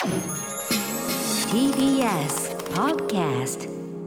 TBS Podcast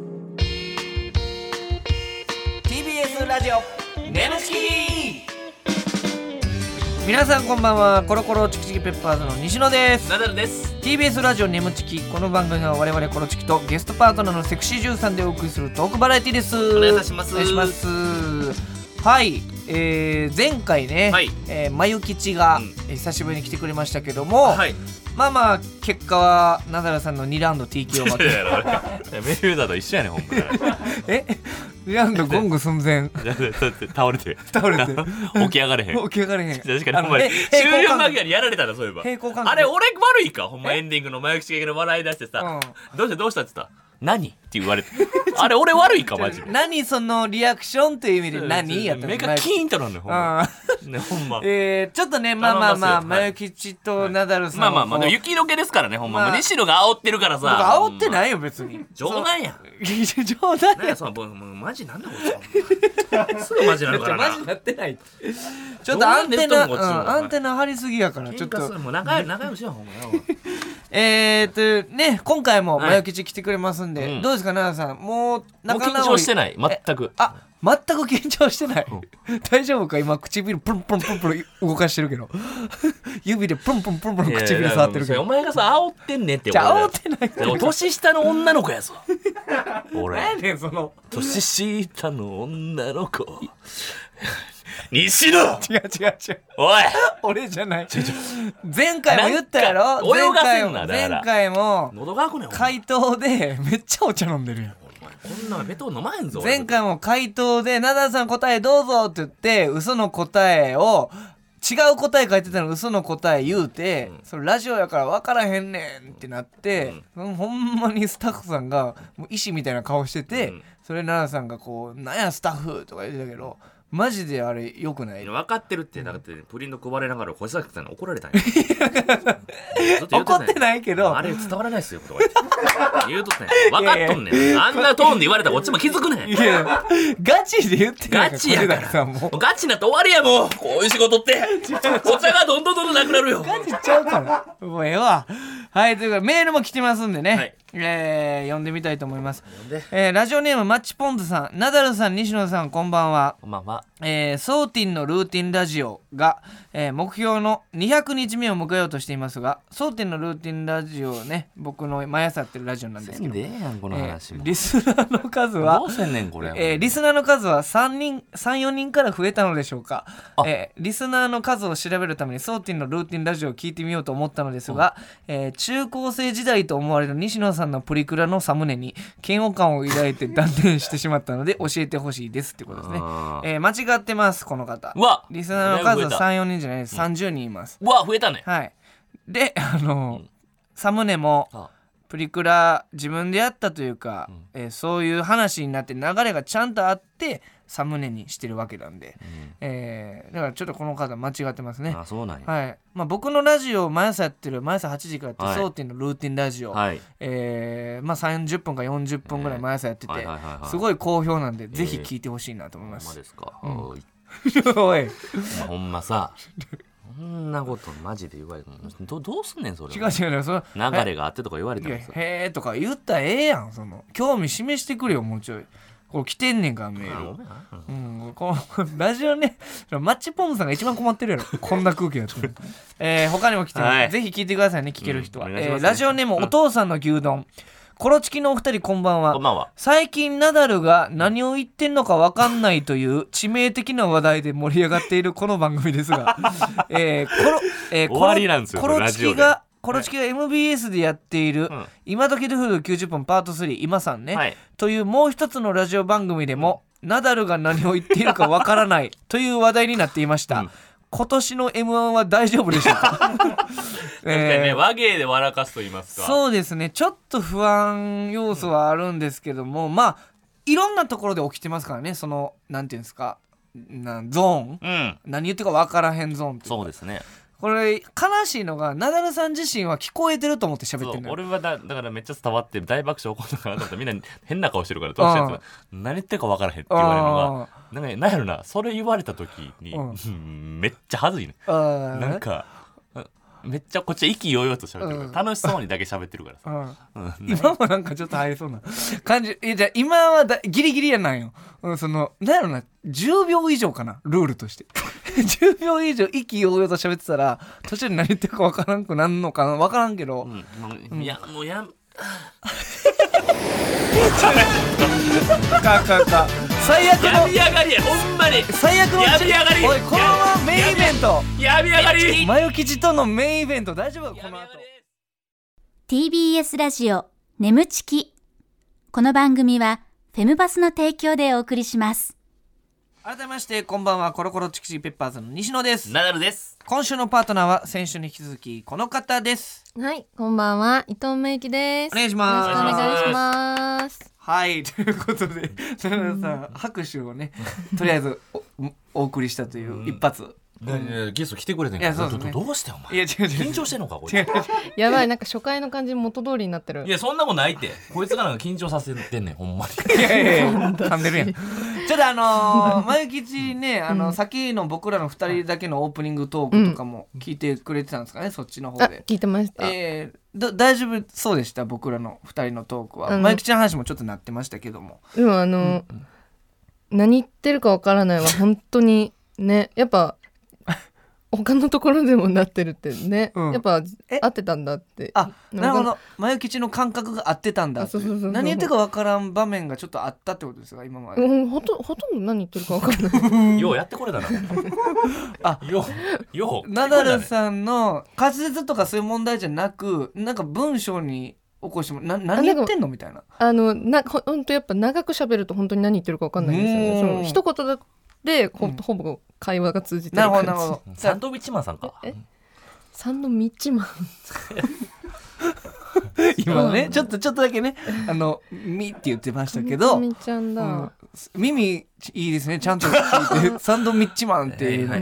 TBS ラジオネムチキ。皆さんこんばんは。コロコロチキチキペッパーズの西野です。 ナダルです。 TBS ラジオネムチキ。この番組は我々コロチキとゲストパートナーのセクシージュンさんでお送りするトークバラエティです。 お願いいたします。 お願いします。はい、前回ね、 はいまゆきちが、久しぶりに来てくれましたけども、 はい。 まあ結果はナダルさんの2ラウンド TKO 負けメイウェザーと一緒やねんほんま。 2ラウンドゴング寸前倒れて起き上がれへん。 起き上がれへん。 確かにほんまに終了間際にやられたらそういえば。 平行感覚あれ俺悪いかほんま。エンディングの前口系の笑い出してさ、どうしたって言ったら何って言われて、あれ俺悪いかマジで。 何そのリアクションという意味で何やったの。 目がキーンとなるのほんまね。ほんまちょっとね、まあまゆきちとナダルさんまあでも雪解けですからねほんま。西野が煽ってるからさ。 僕煽ってないよ別に。 冗談や冗談や。 もうマジなんだこいつすぐマジなのからな。 マジなってない。ちょっとアンテナ張りすぎやからちょっともう仲良しやほんまよ。 ね、今回もまゆきち来てくれますんで、どうですか奈良さん。もう緊張してない全く。 全く緊張してない。大丈夫か。今唇プルンプルンプルンプルン動かしてるけど指でプルンプルンプルンプルン唇触ってるけど。 お前がさ煽ってんねんって。 じゃあ煽ってないって。 年下の女の子やぞ俺。 何やねんその年下の女の子西野。違うおい俺じゃない。前回も言ったやろ。 泳がせんな。 前回も喉が開くねん回答でめっちゃお茶飲んでるやん。 こんなベト飲まへんぞ。 前回も回答でナダルさん答えどうぞって言って嘘の答えを違う答え書いてたの嘘の答え言うて、それラジオやから分からへんねんってなって、ほんまにスタッフさんがもう石みたいな顔してて、それナダルさんがこうなんやスタッフとか言ってたけどマジであれ良くない。 分かってるって。だってプリント配れながら小崎さんに怒られたんや。 怒ってないけどあれ伝わらないっすよとか言うとったんや。分かっとんねん。あんなトーンで言われたらこっちも気づくねん。 いやガチで言ってない。 ガチやからさんもガチなって終わりや。もうこういう仕事ってお茶がどんどんなくなるよ。 ガチちゃうからもうええわ。はい、ということでメールも来てますんでね、読んでみたいと思います。ラジオネームマッチポンズさん。ナダルさん西野さんこんばんは。 こんばんは。 ソーティンのルーティンラジオが、目標の200日目を迎えようとしていますが、ソーティンのルーティンラジオね、僕の毎朝やってるラジオなんですけど、リスナーの数はどうせんねんこれ。 リスナーの数は3、4人から増えたのでしょうか。リスナーの数を調べるためにソーティンのルーティンラジオを聞いてみようと思ったのですが、中高生時代と思われる西野さんのプリクラのサムネに嫌悪感を抱いて断念してしまったので教えてほしいですってことですね。間違ってますこの方。リスナーの数は3、4人じゃないです。30人います。 増えたね。 はい。でサムネもプリクラ自分でやったというか、そういう話になって流れがちゃんとあってサムネにしてるわけなんで、だからちょっとこの方間違ってますね。 そうなんや。 はい。僕のラジオ毎朝やってる毎朝8時からやってるソーティンのルーティンラジオ、30分か40分ぐらい毎朝やってて、すごい好評なんで、ぜひ聞いてほしいなと思います。 ほんまですか。 おいほんまさそんなことマジで言われてもどうすんねんそれ。 違うその流れがあってとか言われたらさ、 へーとか言ったらええやん。その興味示してくれよもうちょい。これ来てんねんからメール。このラジオね、マッチポンズさんが一番困ってるやろこんな空気やってる。他にも来てます、ぜひ聞いてくださいね、聞ける人は。ラジオネームお父さんの牛丼。コロチキのお二人こんばんは。 こんばんは。 最近ナダルが何を言ってんのか分かんないという致命的な話題で盛り上がっているこの番組ですが、 終わりなんですよコロラジオで。 コロチキが MBS でやっている、今時でフード90分パート3今さんね、というもう一つのラジオ番組でも、ナダルが何を言っているか分からないという話題になっていました。今年の M1 は大丈夫でしょうか。 確かにね、和芸で笑かすと言いますか。 そうですね、ちょっと不安要素はあるんですけども、いろんなところで起きてますからね。そのなんていうんですか、ゾーン、何言ってるか分からへんゾーンっていうか。 そうですね。 これ悲しいのがナダルさん自身は聞こえてると思って喋ってるのよ。 俺はだからめっちゃ伝わって大爆笑起こるのかなと思ったらみんな変な顔してるから、どうしたやつが何言ってるか分からへんって言われるのがなんやろな、それ言われた時に、めっちゃ恥ずいね。なんかめっちゃこっちは意気揚々と喋ってるから、楽しそうにだけ喋ってるからさ、 今もなんかちょっと入りそうな感じ。じゃあ今はギリギリやなんよ、そのなんやろな、10秒以上かなルールとして10秒以上意気揚々と喋ってたら途中で何言ってるか分からんくなんのかな、分からんけど、 いやもう最悪のやび上がりや、ほんまに最悪のやび上がり。 おい、このままメインイベント、 やび上がり、 マヨ吉とのメインイベント大丈夫この後。 TBS ラジオ眠ちき。この番組はフェムバスの提供でお送りします。 改めましてこんばんは、コロコロチキチキペッパーズの西野です。 ナダルです。 今週のパートナーは先週に引き続きこの方です。 はい、こんばんは、伊藤芽衣です。 お願いします。 よろしくお願いします。 はい、ということでさん拍手をねとりあえず お送りしたという一発。 ゲスト来てくれてんか。 いやそうですね。 どうしてお前。 いや違う緊張してんのかこいつ。 やばい、なんか初回の感じ元通りになってる。 いやそんなことないって。こいつがなんか緊張させてんねんほんまに。 いや噛んでるやん。ちょっとまゆきちね、さっきの僕らの2人だけのオープニングトークとかも聞いてくれてたんですかね、そっちの方で。 聞いてました。 大丈夫そうでした？僕らの2人のトークは。まゆきちの話もちょっとなってましたけども。 でも何言ってるかわからないわ本当にね。やっぱ他のところでもなってるってね、やっぱ合ってたんだって。 あ、なるほど、まゆきちの感覚が合ってたんだって。何言ってるか分からん場面がちょっとあったってことですか今まで。 ほとんど何言ってるか分からないようやってこれだな。 あ、 ようナダルさんの滑舌とかそういう問題じゃなく、なんか文章に起こしても何言ってんのみたいな。 本当やっぱ長く喋ると本当に何言ってるか分かんないんですよね。その一言でほぼ会話が通じてる感じ。 なるほど。 サンドウィッチマンさんか。 サンドウィッチマン今ねちょっとだけねミって言ってましたけど、 みちゃんだ、 耳いいですね、ちゃんと聞いてサンドミッチマンって言えない。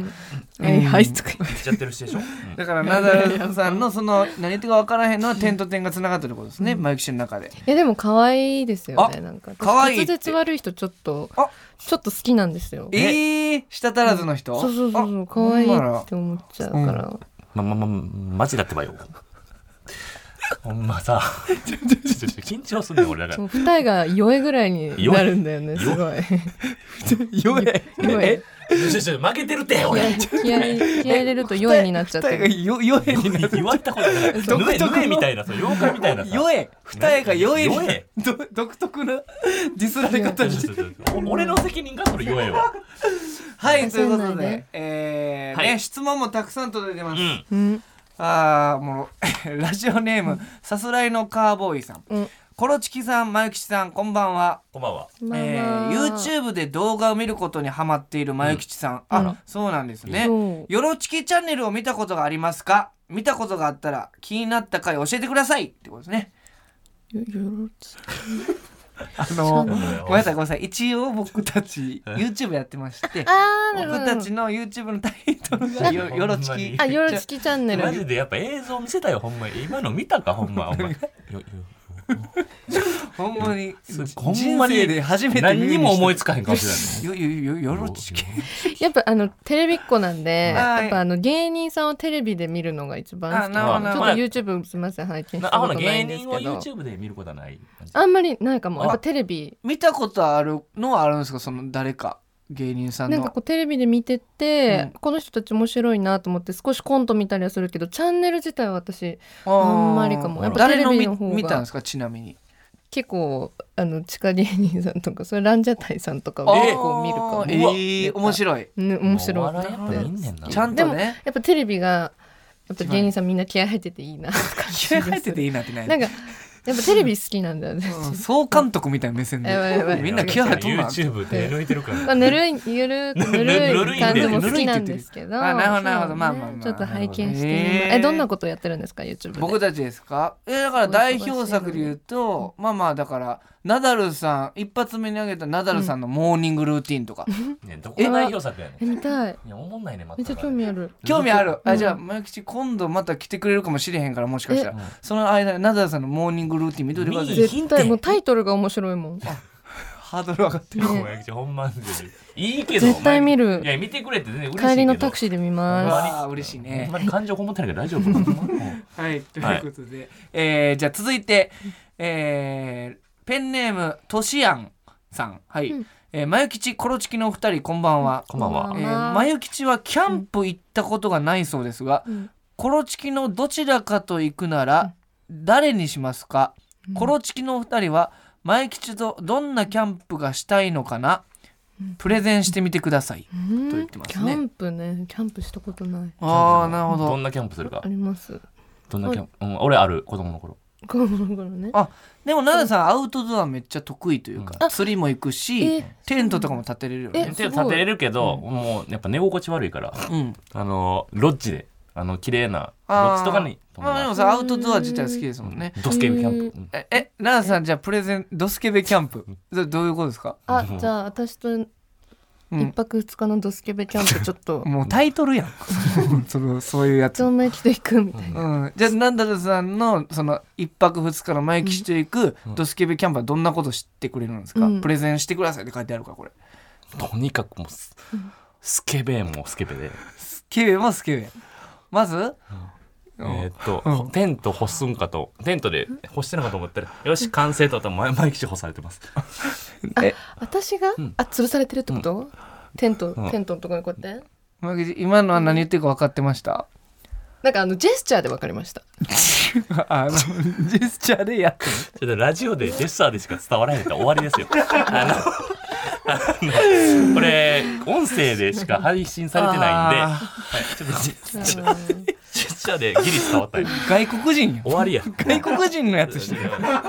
はいとか言っちゃってるしでしょ。 だからナダルさんのその何言ってか分からへんのは点と点がつながってることですね、マユキ氏の中で。 いやでも可愛いですよね。なんか可愛い。 滑舌悪い人ちょっと好きなんですよ。 舌足らずの人。 そう可愛いって思っちゃうから。 マジだってばよ。ほんまさ緊張すんねん俺だから。 二重が弱いぐらいになるんだよね。すごい弱い負けてるって俺。 気合入れると弱いになっちゃってる。 弱いになっちゃってる。 言われたことない。ぬえみたいな、妖怪みたいなさ。 弱い二重が弱い。独特なディスられ方して。 俺の責任がそれ弱いわ。 はい、ということでね、質問もたくさん届いてます。もうラジオネームさすらいのカーボーイさん、コロチキさん、まゆきちさん、こんばんは。 こんばんは。 YouTube で動画を見ることにハマっているまゆきちさん、そうなんですね。よろちきチャンネルを見たことがありますか？見たことがあったら気になった回教えてくださいってことですね。 よろちきごめんなさい、一応僕たち YouTube やってまして、僕たちの YouTube のタイトルがよろちき。 よろちきチャンネル。 マジでやっぱ映像見せたよほんまに。今の見たかほんま。 ほんまに人生で初めて何にも思いつかへんかもしれない。 よろちき。 やっぱテレビっ子なんで、やっぱ芸人さんをテレビで見るのが一番好き。ちょっと YouTube すみません拝見したことないんですけど。 芸人を YouTube で見ることはない。 あんまりないかも。やっぱテレビ見たことあるのはあるんですか？その誰か芸人さんのなんかこうテレビで見てて、この人たち面白いなと思って少しコント見たりはするけど、チャンネル自体は私あんまりかも。やっぱテレビの方が。 見たんですか？ちなみに結構地下芸人さんとかそれランジャタイさんとかを結構見るかも。 面白い、 面白いってちゃんとね。でもやっぱテレビがやっぱ芸人さんみんな気合入ってていいな。 気合入ってていいなってない。 なんかやっぱテレビ好きなんだよね。 総監督みたいな目線でみんな気合入ってるな。 YouTube で抜いてるから。 ぬるい感じも好きなんですけど。 なるほど、まあちょっと拝見してどんなことやってるんですか YouTube で。 僕たちですか？だから代表作で言うとだからナダルさん一発目に挙げたナダルさんのモーニングルーティンとか。 どこが代表作やねん。 見たい。 いや思んないね。 めっちゃ興味ある。 じゃあまゆきち今度また来てくれるかもしれへんから、もしかしたらその間ナダルさんのモーニングルーティン見といてください。 絶対もうタイトルが面白いもん。 ハードル上がってる。 もうほんまいいけど絶対見る。 いや見てくれって全然嬉しいけど帰りのタクシーで見まあー嬉しいほんね。 まに感情こもってないけど大丈夫はいということで、じゃあ続いて、ペンネームとしやんさん、はい、まゆきちコロチキのお二人こんばんは。 こんばんは。 まゆきちはキャンプ行ったことがないそうですが、コロチキのどちらかと行くなら誰にしますか？コロチキのお二人はまゆきちとどんなキャンプがしたいのかな、プレゼンしてみてください、と言ってますね。 キャンプね、キャンプしたことない。 ああなるほど。 どんなキャンプするか。 あります。 どんなキャンプ、俺ある子供の頃。 子供の頃ね。 あでも奈良さんアウトドアめっちゃ得意というか、釣りも行くしテントとかも立てれるよね。 手を立てれるけど、もうやっぱ寝心地悪いから、ロッジで綺麗なロッジとかに泊まる。 でもさアウトドア自体好きですもんね。 ドスケベキャンプ。 奈良さんじゃあプレゼンドスケベキャンプどういうことですか？ あじゃあ私と一泊二日のドスケベキャンプちょっともうタイトルやんそういうやつ。 一丁目着ていくみたいな、 じゃあナダルさんのその一泊二日の前吉と行くドスケベキャンプはどんなこと知ってくれるんですか？プレゼンしてくださいって書いてあるからこれ。 とにかくもうスケベもスケベでスケベもスケベ。まずテント干すんかと、テントで干してなかと思ったらよし完成とったら前吉干されてます。 私が吊るされてるってこと？テントのところにこうやって今のは何言ってるか分かってました？ なんかジェスチャーで分かりました。 ジェスチャーでやってる。 ちょっとラジオでジェスチャーでしか伝わらへんから終わりですよ。これ音声でしか配信されてないんで、ちょっとジェスチャーでギリ伝わったよ。 外国人よ。 終わりや。 外国人のやつしてる。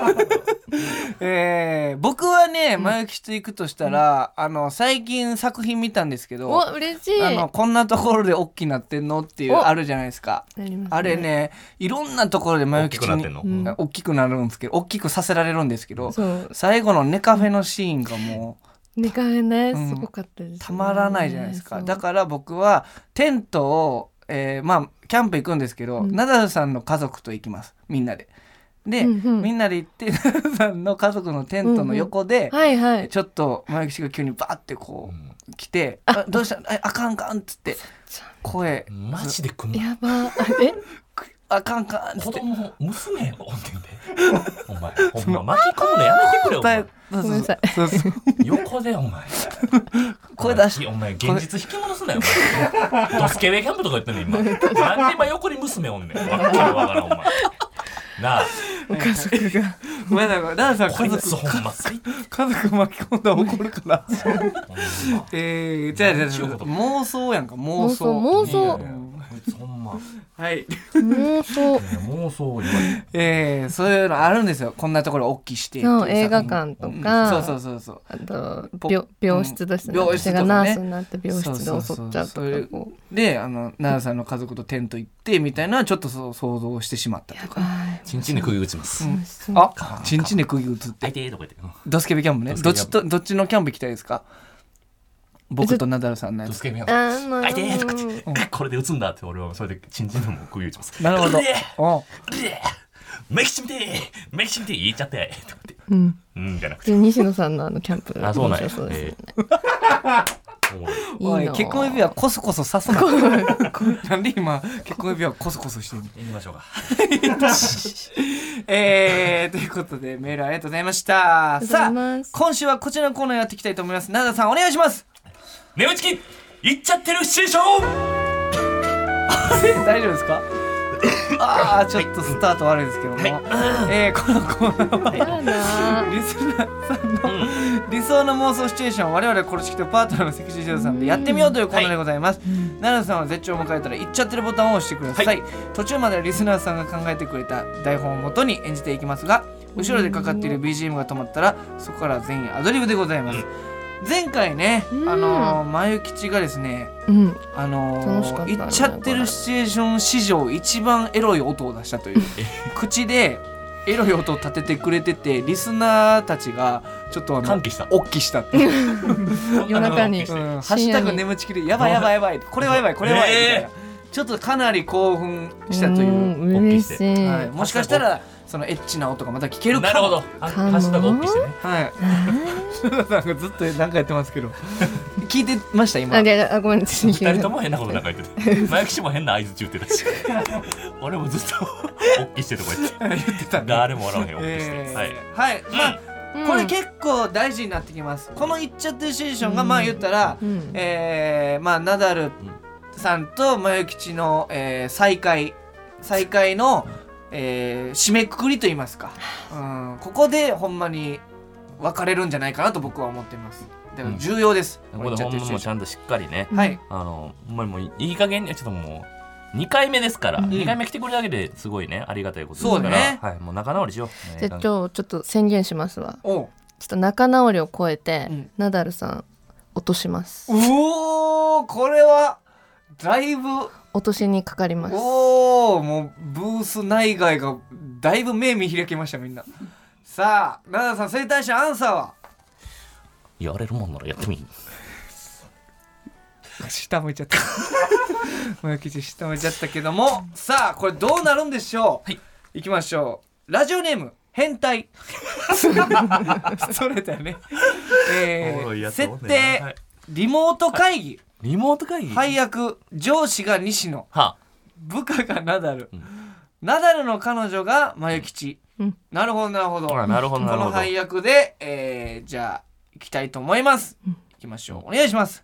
僕はねまゆきと行くとしたら、最近作品見たんですけど、 お嬉しい。 こんなところで大きくなってんのっていうあるじゃないですか。あれねいろんなところでまゆきちに大きくなるんですけど、大きくさせられるんですけど、最後のネカフェのシーンがもうネカフェねすごかったですね。 たまらないじゃないですか。だから僕はテントをキャンプ行くんですけど、ナダルさんの家族と行きますみんなで。で、みんなで行ってナダルさんの家族のテントの横で、ちょっとまゆきちが急にバーってこう来て、どうしたあかんあかんっつって声マジで来んのやばあかんあかんっつって子供娘おんねんでお前ほんま巻き込むのやめてくれお前。 ごめんなさい。 横でお前声出しお前現実引き戻すなよお前。ドスケベキャンプとか言ってんねん今。なんで今横に娘おんねん。わけわからんお前なあ。 お家族がごめんなさいダンさんこいつほんま家族巻き込んだら怒るからじゃあ妄想やんか妄想こいつほんまはい妄想そういうのあるんですよ。こんなところ大きいして映画館とか、 そうあと病室ですね。 病室とかね私がナースになって病室で襲っちゃうとかで奈良さんの家族とテント行ってみたいなちょっと想像してしまったとか。 チンチンで釘打ちます。 あチンチンで釘打つって相手とか言ってドスケベキャンプね。どっちのキャンプ行きたいですか？僕とナダルさんのやつ。 ドスケベキャンプ相手とか言ってこれで打つんだって俺はそれでチンチンでも釘打ちます。 なるほど。 メキシ見て言っちゃってとか言ってじゃなくて西野さんのキャンプそうなんや。 おい結婚指輪コソコソ刺すな。なんで今結婚指輪コソコソしてるの？ 言いましょうか。 ということでメールありがとうございました。さあ今週はこちらのコーナーやっていきたいと思います。奈良さんお願いします。 眠ちき言っちゃってるシチュエーション。 大丈夫ですか？ちょっとスタート悪いですけども、このコーナーはリスナーさんの理想の妄想シチュエーションを我々コロチキとパートナーのセクシージョーさんでやってみようというコーナーでございます。奈良さんは絶頂を迎えたら言っちゃってるボタンを押してください。途中まではリスナーさんが考えてくれた台本をもとに演じていきますが、後ろでかかっている BGM が止まったらそこから全員アドリブでございます。前回ね、まゆきちがですね、言っちゃってるシチュエーション史上一番エロい音を出したという口でエロい音を立ててくれてて、リスナーたちがちょっと歓喜したおっきしたって夜中にハッシュタグ眠ちきでやばいやばいやばいこれはやばいこれはやばいみたいな、ちょっとかなり興奮したという、 嬉しい、 もしかしたらそのエッチな音がまた聞けるかも。 なるほど。ハッシュタグ OK してね。 はい篠田さんがずっと何かやってますけど聞いてました今。 ごめん二人とも変なことなんか言ってて、前吉も変な合図中言ってたし俺もずっとOK してるとこ言ってたね。 誰も笑わへん OK してはいはい、まあこれ結構大事になってきます。この言っちゃってるシチュエーションがまあ言ったら、まあナダルさんとマヨ吉の、再会の、締めくくりと言いますか、ここでほんまに別れるんじゃないかなと僕は思っています。だから重要です、 ここでほんまもうちゃんとしっかりね、 はい、 ほんまにもういい加減にちょっともう2回目ですから、2回目来てくれるだけですごいねありがたいことですから、 そうね、 はい、もう仲直りしよう。 じゃあちょっと宣言しますわ。 おちょっと仲直りを超えて、ナダルさん落とします。 おー、これはだいぶ落としにかかります。 おー、もうブース内外がだいぶ目見開きましたみんな。さあナダルさん、それに対してアンサーは？ やれるもんならやってみ。 下向いちゃったマヨ吉下向いちゃったけども、さあこれどうなるんでしょう。はい、いきましょう。ラジオネーム変態ストレートやね。設定、はい、リモート会議、 リモート会議、 配役、上司が西野、部下がナダル、ナダルの彼女がマヨ吉、なるほどなるほど、この配役で、じゃあいきたいと思います。いきましょう、お願いします。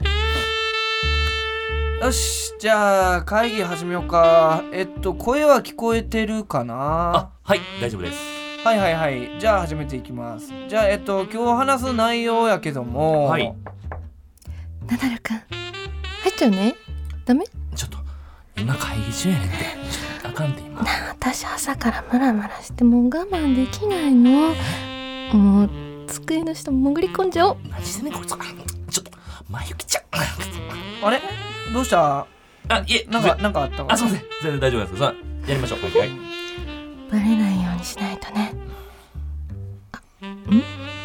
よし、じゃあ会議始めようか。声は聞こえてるかな？ はい、大丈夫です。 はいはいはい、じゃあ始めていきます。じゃあ今日話す内容やけども、はい、 ナダルくん入っちゃうね。ダメ？ ちょっと今会議中やねんって。ちょっとあかんで今。 私朝からムラムラしてもう我慢できないの。もう机の下潜り込んじゃおう。 何してんねんこいつ。ちょっとマヨ吉ちゃん。 あれどうした？ いえ、 なんかあったの？ すいません、全然大丈夫です。さあやりましょう。はいはい。 バレないようにしないとね。あれ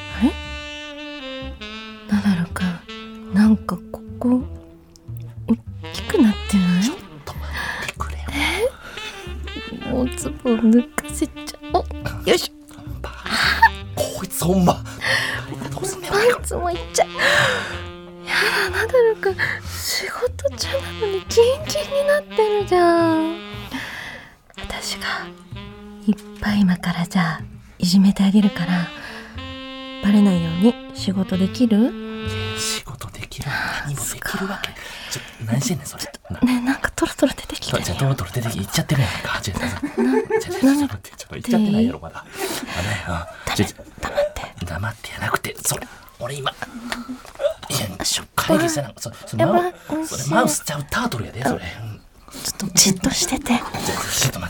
ナダルくん、なんかここ大きくなってない？ ちょっと待ってくれよ。 もうズボン脱かせちゃおう。よいしょ。 こいつほんまどうすんねん。 パンツもいっちゃう。やだ、ナダルくん仕事中なのにキンキンになってるじゃん。私がいっぱい今からじゃあいじめてあげるから、バレないように仕事できる？ 仕事できる？何もできるわけ。ちょっと何してんねんそれ。 ね、なんかトロトロ出てきてる。 じゃあトロトロ出てきていっちゃってるやんか。ちょっといっちゃってないやろまだ。黙ってやなくて、それ俺今会議してなそれマウスちゃうタートルやでそれ。 ちょっとじっとしてて。 ちょっと待って。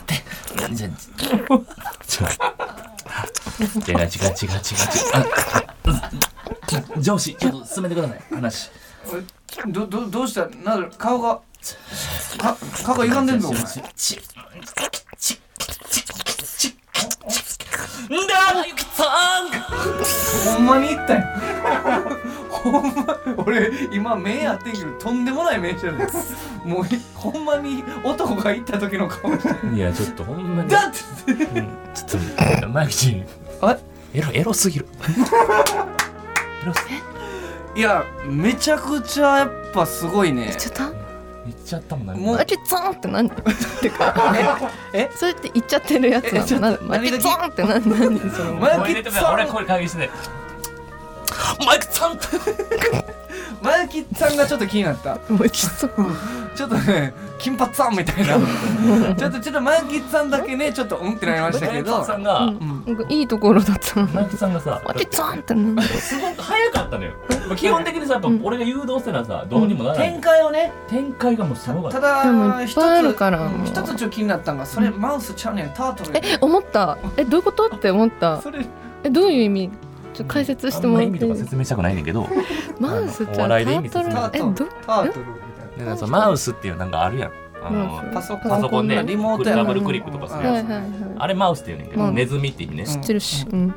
違う。上司ちょっと進めてください話。 どうした？なんだ顔が歪んでんの？お前ほんまに言ったよほんま俺今目やってんけどとんでもない目してるもうほんまに男が行った時の顔してる。 いやちょっとほんまにだってちょっとマイキーエロすぎるいやめちゃくちゃやっぱすごいね。 言っちゃったもんね。 もうチツンって何ってかそれって言っちゃってるやつなの。マイクツンって何そのマイクツン俺声会議してマイクツンマイクさんがちょっと気になった。ちょっとね金髪さんみたいなちょっとマイキさんだけねちょっとってなりましたけど、 マイキさんが、 いいところだったの。 マイキさんがさマイキさんってなんだすごく早かったのよ基本的にさやっぱ俺が誘導せなさどうにもならない、 展開をね展開がもうすごかった。 ただ一つちょっと気になったのがそれマウスちゃうねんタートル思ったどういうことって思った。どういう意味ちょっと解説してもらって。 意味とか説明したくないねんけどマウスちゃんお笑いで意味タートルタートルみたいなマウスっていうなんかあるやんパソコンでリモートダブルクリックとかするやつあれマウスっていうねんけどネズミって意味ね。 知ってるし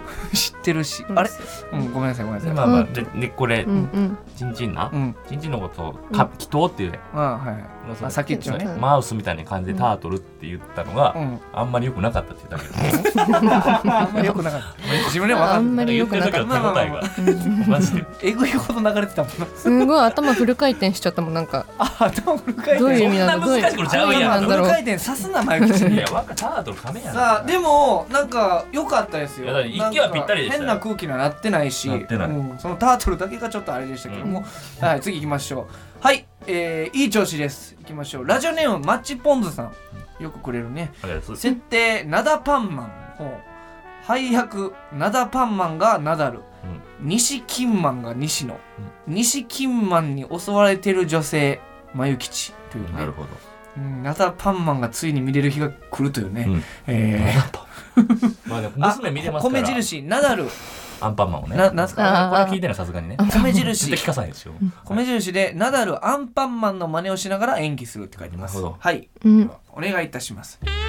知ってるし、あれ、ごめんなさいごめんなさい。 まあまあでこれチンチンな、 うんチンチンのことを祈祷っていうね、 はいはい。先っちょね。 マウスみたいな感じでタートルって言ったのが、あんまり良くなかったって言ったけど、 あんまり良くなかった。自分でも分かんない。 あんまり良くなかった。 手応えがマジでえぐいほど流れてたもんな。 すごい頭フル回転しちゃったもんなんか。 頭フル回転。 どういう意味なんだ。 そんな難しいことちゃうやん。 フル回転さすな前口に。 いやタートル亀やん。 さあでもなんか良かったですよ。 いやだって息はぴったりでしたよ。 変な空気にはなってないし、そのタートルだけがちょっとあれでしたけども、はい次行きましょう。はい、いい調子です。行きましょう。ラジオネームマッチポンズさん、よくくれるね。設定ナダパンマン。配役ナダパンマンがナダル、西キンマンが西野、西キンマンに襲われてる女性まゆきちというね。 なるほど。 ナダパンマンがついに見れる日が来るというね。 まあでも娘見てますから。 米印ナダルアンパンマンをね。 なんすかこれ聞いてないさすがにね。 米印絶対聞かさないですよ。 米印でナダルアンパンマンの真似をしながら演技するって書いてます。 なるほど。 はい、お願いいたします。 助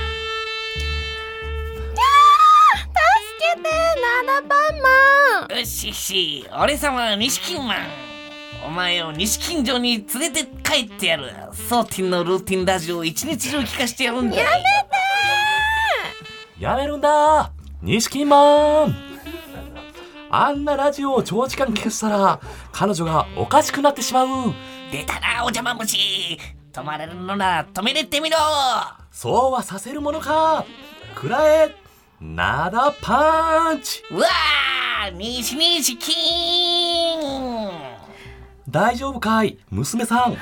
けてナダパンマン。 よしし、俺様西金マン、お前を西金城に連れて帰ってやる。ソーティンのルーティンラジオを一日中聞かしてやるんだ。 やめてやめるんだ西金マン。あんなラジオを長時間聞かせたら彼女がおかしくなってしまう。 出たなお邪魔虫、止まれるのなら止めれってみろ。 そうはさせるものか。くらえナダパンチ。 うわー西西金。 大丈夫かい娘さん。 かっ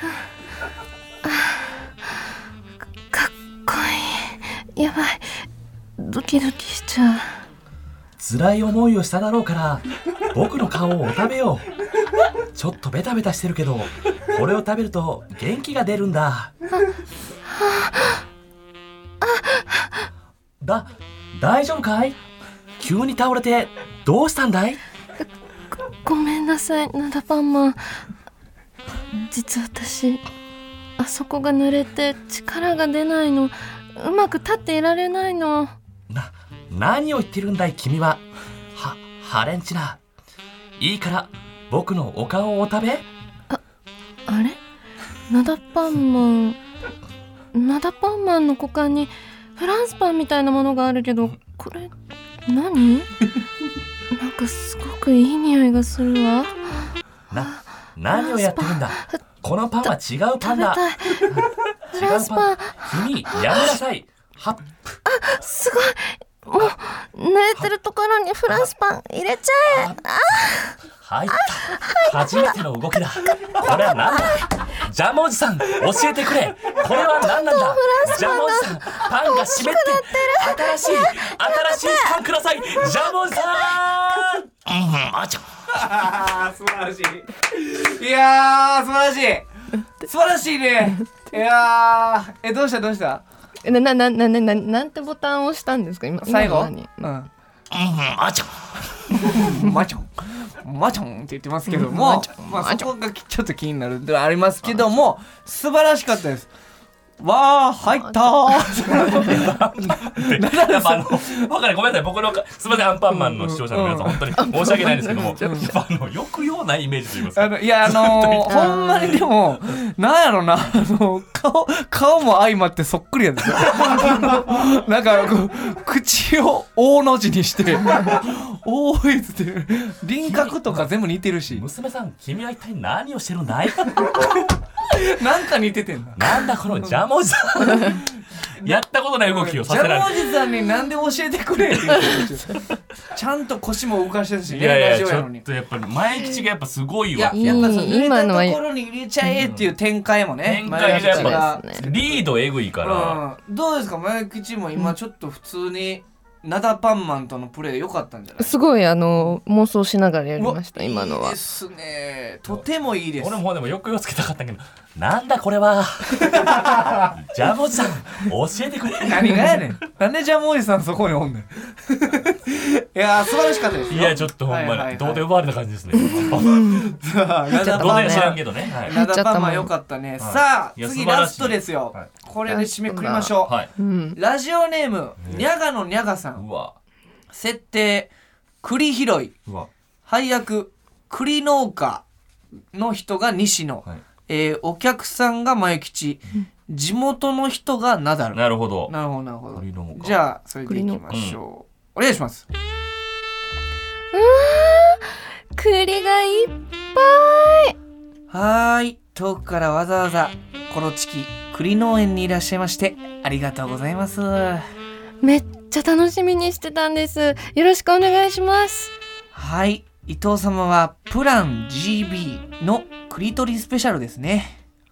こいい。やばい、ドキドキしちゃう。 辛い思いをしただろうから僕の顔を食べよう。ちょっとベタベタしてるけどこれを食べると元気が出るんだ。大丈夫かい。急に倒れてどうしたんだい。 ごめんなさいナダパンマン。実は私あそこが濡れて力が出ないの。うまく立っていられないの。 何を言ってるんだい君は。ハレンチな。いいから僕のお顔を食べ。 あれナダパンマンの股間にフランスパンみたいなものがあるけど、これ何？なんかすごくいい匂いがするわ。 何をやってるんだ。このパンは違うパンだ。 フランスパン。 君やめなさい。 すごい。もう濡れてるところにフランスパン入れちゃえ。 入った。初めての動きだ。これは何だ。ジャムおじさん教えてくれ。これは何なんだ。ジャムおじさんパンが湿って新しいパンください。ジャムおじさん。 素晴らしい。いやー素晴らしいね。いやーどうしたなんてボタンを押したんですか今。 最後マチョンって言ってますけども、まあそこがちょっと気になるではありますけども、素晴らしかったです。わー入ったー。 やっぱ分かんない、ごめんなさい。僕のすみません、アンパンマンの視聴者の皆さん、本当に申し訳ないんですけども、抑揚ないイメージと言いますか。 いやほんまにでもなんやろな、顔も相まってそっくりやんですよ。なんか口を大の字にしておーいって輪郭とか全部似てるし。 娘さん、君は一体何をしてるんだい。 なんか似ててんだ。 なんだこのジャムおじさん。やったことない動きをさせられる。 ジャムおじさんになんで教えてくれって言ってちゃんと腰も動かしてるしね。 いやラジオやのに。 ちょっとやっぱり前吉がやっぱすごいわ。 やっぱその濡れたところに入れちゃえっていう展開もね。 展開がやっぱリードえぐいから。 どうですか前吉も今ちょっと普通にナダパンマンとのプレー良かったんじゃない？ すごい妄想しながらやりました今のは。 いいですね。とてもいいです。 俺もでもよくつけたかったけど、なんだこれは。ジャムおじさん教えてくれ。 何がやねん。なんでジャムおじさんそこにおんねん。いや素晴らしかったですよ。 いやちょっとほんまにどうで奪われた感じですね。 ナダパンマン知らんけどね。 ナダパンマン良かったね。さあ次ラストですよ。これで締めくくりましょう。ラジオネームにゃがのにゃがさん。設定栗拾い、 うわ、 配役栗農家の人が西野、 はい、 お客さんが前吉、地元の人がナダル。 なるほど。 なるほどなるほど。 栗農家。 じゃあそれでいきましょう、お願いします。 栗がいっぱい。 はーい、遠くからわざわざコロチキ栗農園にいらっしゃいましてありがとうございます。 めっちゃ楽しみにしてたんです。よろしくお願いします。 はい、伊藤様はプラン GB の栗取りスペシャルですね。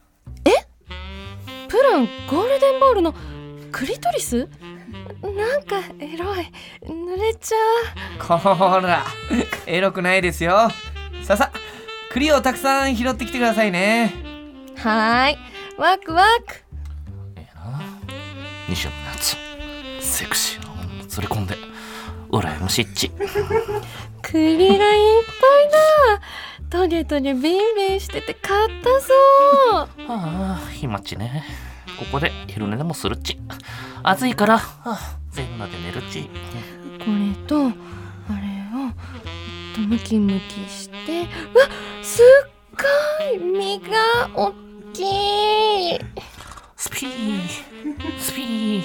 プランゴールデンボールのクリトリス？なんかエロい。濡れちゃこらエロくないですよ。さあさあ栗をたくさん拾ってきてくださいね。 う。はーい、ワクワク。 ええな、西野のやつセクシーな女連れ込んで羨ましいっち。 栗がいっぱいだ。トゲトゲビンビンしててかったそう。 はあ、暇っちね。ここで昼寝でもするっち。暑いから、全裸で寝るっち。 これとあれをムキムキして、うわ、すっごい身がおっきい。 スピースピー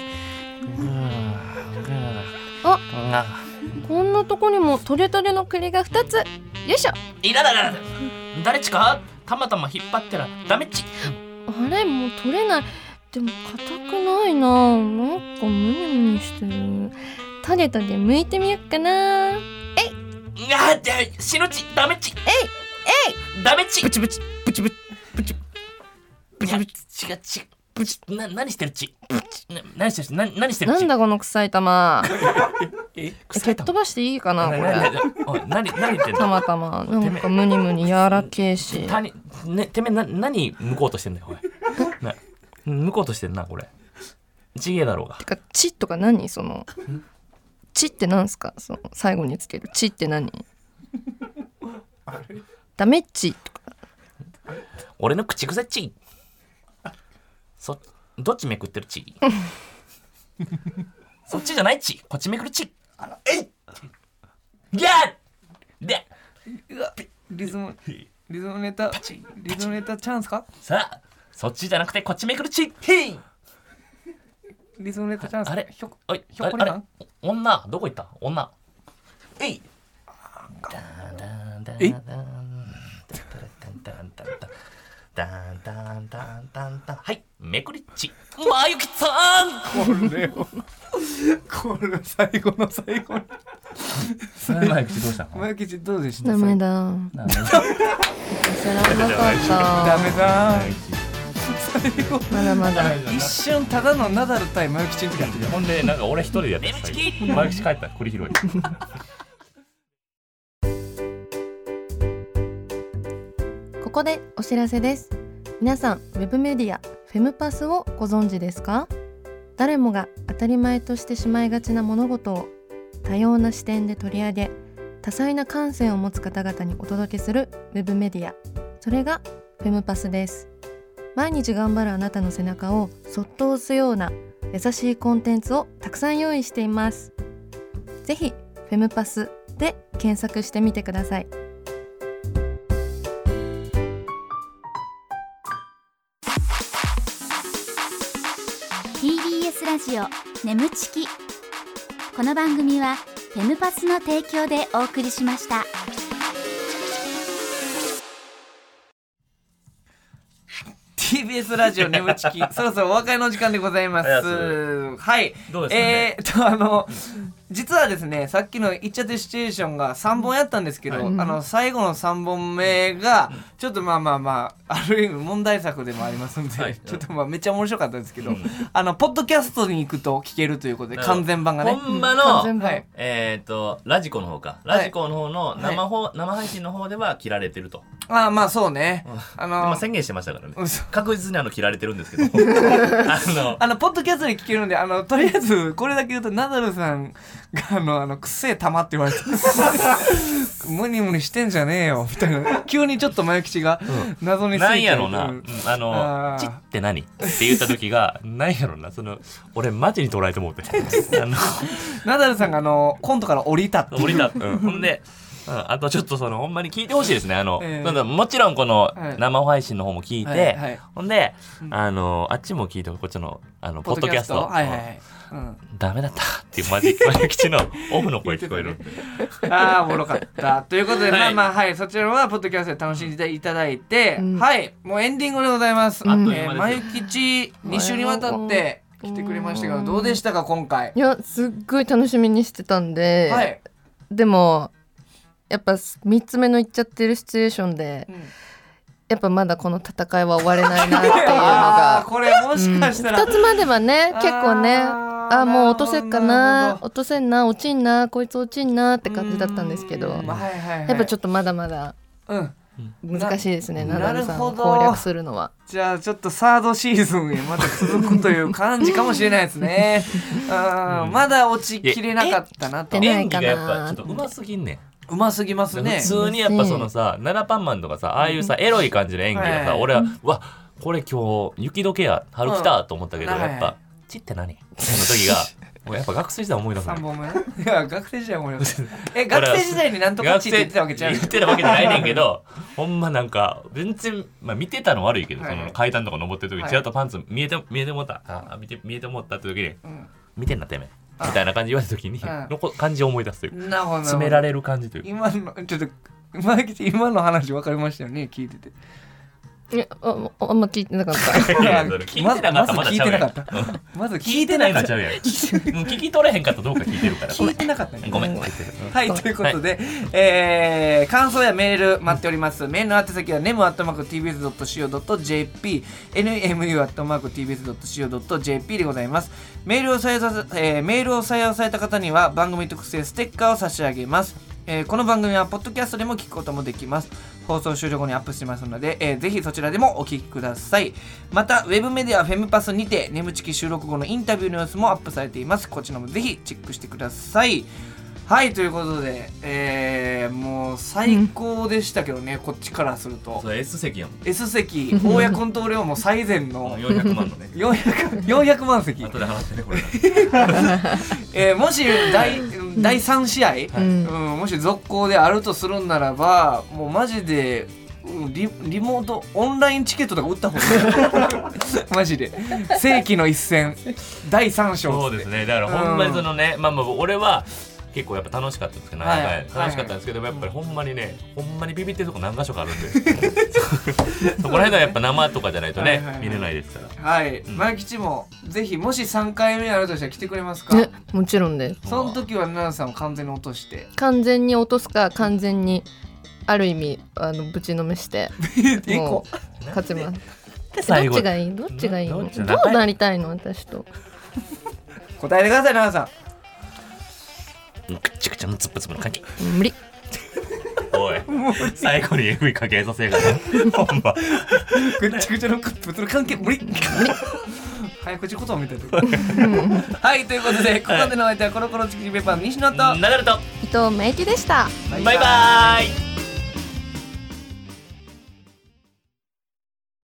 あ、こんなとこにもトゲトゲの栗が2つ。よいしょ。 いらららら、誰っちかたまたま引っ張ったらダメっち。 あれ、もう取れない。でも硬くないな。なんかムニムニしてる。トゲトゲ剥いてみよっかな。 いや、死ぬっち、ダメっち。ダメっち。 ブチブチブチブチブチブチブチ違うブチ、何してるっち。何してるっち。何してるっち。 なんだこの臭い玉。 え蹴っ飛ばしていいかなこれ。 おい、何言ってんの。 たまたまなんかムニムニ柔らけえし。 てめえ何向こうとしてんだよおい。向こうとしてんなこれ。ちげえだろうが。 てかチッとか何？そのチってなんすか？その最後につけるチって何？ダメッチとか。 俺の口癖っち。どっちめくってるち。そっちじゃないっち。こっちめくるち。えいギャッでリズムネタチャンスか。 さあそっちじゃなくてこっちめくるち。へいリズムネタチャンス。 あれひょおいひょっこりはん。 女どこ行った女。えいえはいめくりっち。まゆきさんこれ最後の最後にマイクどうしたの？ 前吉どうでした？ ダメだ。 ダメ忘れなかった。 ダメだ。 まだまだ。 一瞬ただのナダル対前吉の時あったじゃん。 ほんでなんか俺一人でやってた。マイク帰った栗拾い。 ここでお知らせです。皆さんウェブメディアフェムパスをご存知ですか？誰もが当たり前としてしまいがちな物事を多様な視点で取り上げ、多彩な感性を持つ方々にお届けするウェブメディア、それがフェムパスです。毎日頑張るあなたの背中をそっと押すような優しいコンテンツをたくさん用意しています。ぜひフェムパスで検索してみてください。 TBS ラジオ眠ちき。この番組はフェムパスの提供でお送りしました。 TBS ラジオ眠ちきそろそろお別れの時間でございます。はい。 どうですかね。 実はですね、さっきの言っちゃってシチュエーションが3本やったんですけど、最後の3本目がちょっとある意味問題作でもありますんで、 はい、 ちょっとめっちゃ面白かったんですけど、ポッドキャストに行くと聞けるということで、完全版がね。 ほんまの、 完全版。 ラジコの方か。ラジコの方の生配信の方では切られてると。 まあそうね。 宣言してましたからね。 嘘。 確実に切られてるんですけど。 ポッドキャストで聞けるんで、とりあえずこれだけ言うとナダルさんくせえ玉って言われてムニムニしてんじゃねえよみたいな急にちょっとマユ吉が謎についてなんやろな、チって何って言った時がなんやろな、俺マジに捉えてもうてナダルさんがコントから降りたっていう。 降りた、ほんで、あとちょっとほんまに聞いてほしいですね。もちろんこの生配信の方も聞いて、ほんで、あっちも聞いて、こっちのポッドキャスト、ダメだったっていうマユ吉のオフの声聞こえる。 ああおもろかったということで、そちらはポッドキャストで楽しんでいただいて、はいもうエンディングでございます。マユ吉2週にわたって来てくれましたけど、どうでしたか今回。 いやすっごい楽しみにしてたんで、でもやっぱ3つ目の言っちゃってるシチュエーションで、やっぱまだこの戦いは終われないなっていうのがこれもしかしたら、 2つまではね結構ねもう落とせっかな、落とせんな、落ちんな、こいつ落ちんなって感じだったんですけど、やっぱちょっとまだまだ難しいですね、ナダルさんを攻略するのは。 じゃあちょっとサードシーズンへまた続くという感じかもしれないですね。まだ落ちきれなかったなと。 演技がやっぱちょっと上手すぎんねん。 うますぎますね。 普通にやっぱナラパンマンとかさ、ああいうさエロい感じの演技がさ、俺はわこれ今日雪解けや春来たと思ったけど、やっぱチって何その時がもうやっぱ学生時代思い出す。 3本目いや学生時代思い出す。学生時代になんとかチって言ってたわけじゃない。 言ってたわけじゃないねんけどほんまなんか全然、見てたの悪いけど、その階段とか登ってる時にちらっとパンツ見えてもった見えてもったって時に、見てんなてめえみたいな感じ言われた時にの感じを思い出すという、詰められる感じという。 今のちょっと今の話分かりましたよね、聞いてて。 あんま聞いてなかった。 聞いてなかった。 まず聞いてなかった。まず聞いてないのちゃうやん。 聞き取れへんかったどうか聞いてるから。 聞いてなかったね。 ごめん。 はい、ということで、感想やメール待っております。メールの宛先は nemu@tbs.co.jp nemu@tbs.co.jp でございます。メールを採用された方には番組特製ステッカーを差し上げます。この番組はポッドキャストでも聞くこともできます。放送終了後にアップしてますので、ぜひそちらでもお聞きください。またウェブメディアフェムパスにて眠ちき収録後のインタビューの様子もアップされています。こちらもぜひチェックしてください。はい、ということで、もう最高でしたけどね、こっちからすると。 それ S 席やもん。 S 席大家コント俺はもう最善の 400万のね 400万席。 後で払ってねこれもし第3試合、もし続行であるとするんならば、もうマジでリモートオンラインチケットとか売った方がいいマジで世紀の一戦第3章。 そうですね、だからほんまに俺は結構やっぱ楽しかったんですけど、楽しかったんですけど、やっぱりほんまにね、ほんまにビビってるとこ何箇所かあるんでそこら辺はやっぱ生とかじゃないとね、見れないですから。 はい、マユ吉もぜひもし3回目あるとしたら来てくれますか？ もちろんです。 その時は奈々さんを完全に落として完全に落とすか、完全にある意味ぶちのめしてもう勝ちます。どっちがいいどっちがいいの？どうなりたいの私と。 答えてください奈々さん。 くっちゃくちゃのつっぷつぷの関係無理。 おい最後に AV かけさせやからほんまぐっちゃぐちゃのくっぷつの関係無理早口言葉みたいなはい、ということでここまでのお相手はコロコロチキチキペッパーの西野とナダルと伊藤芽衣でした。 バイバーイ。